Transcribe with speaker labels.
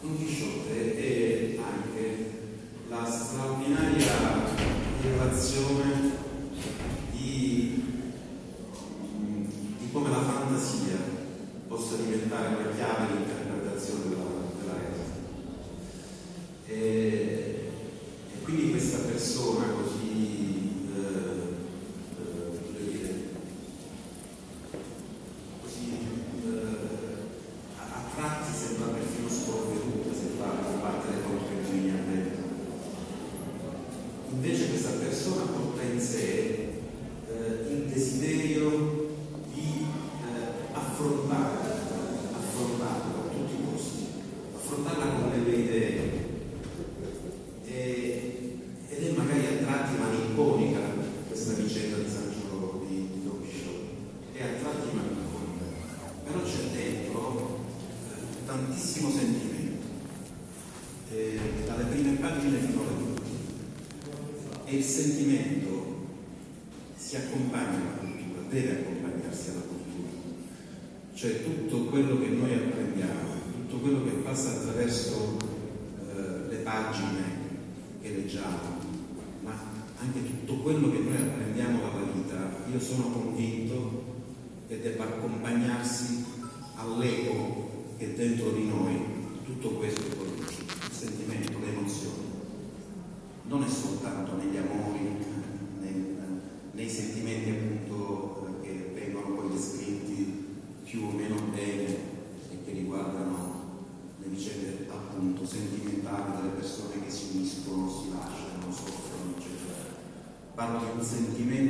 Speaker 1: Don Chisciotte è anche la straordinaria rivelazione di come la fantasia possa diventare una chiave di interpretazione della realtà. E quindi questa persona così, a tratti sembra perfino sprovveduta, sembra battere contro i pugni a dentro. Invece questa persona porta in sé il desiderio di affrontarla a tutti i costi, affrontarla con delle idee, ed è magari a tratti malinconica questa vicenda di San Giorgio di Don Chisciotte, è a tratti malinconica, però c'è dentro tantissimo sentimento, dalle prime pagine fino alle ultime, e il sentimento si accompagna alla cultura, deve accompagnarsi alla cultura, cioè tutto quello che noi apprendiamo, tutto quello che passa attraverso le pagine che leggiamo, ma anche tutto quello che noi apprendiamo dalla vita, io sono convinto che debba accompagnarsi all'eco che dentro di noi tutto questo produce, il sentimento, le emozioni. Non è soltanto negli amori, nei sentimenti appunto che vengono poi descritti più o meno bene e che riguardano le vicende appunto sentimentali delle persone che si uniscono, si lasciano, soffrono, eccetera. Parlo di un sentimento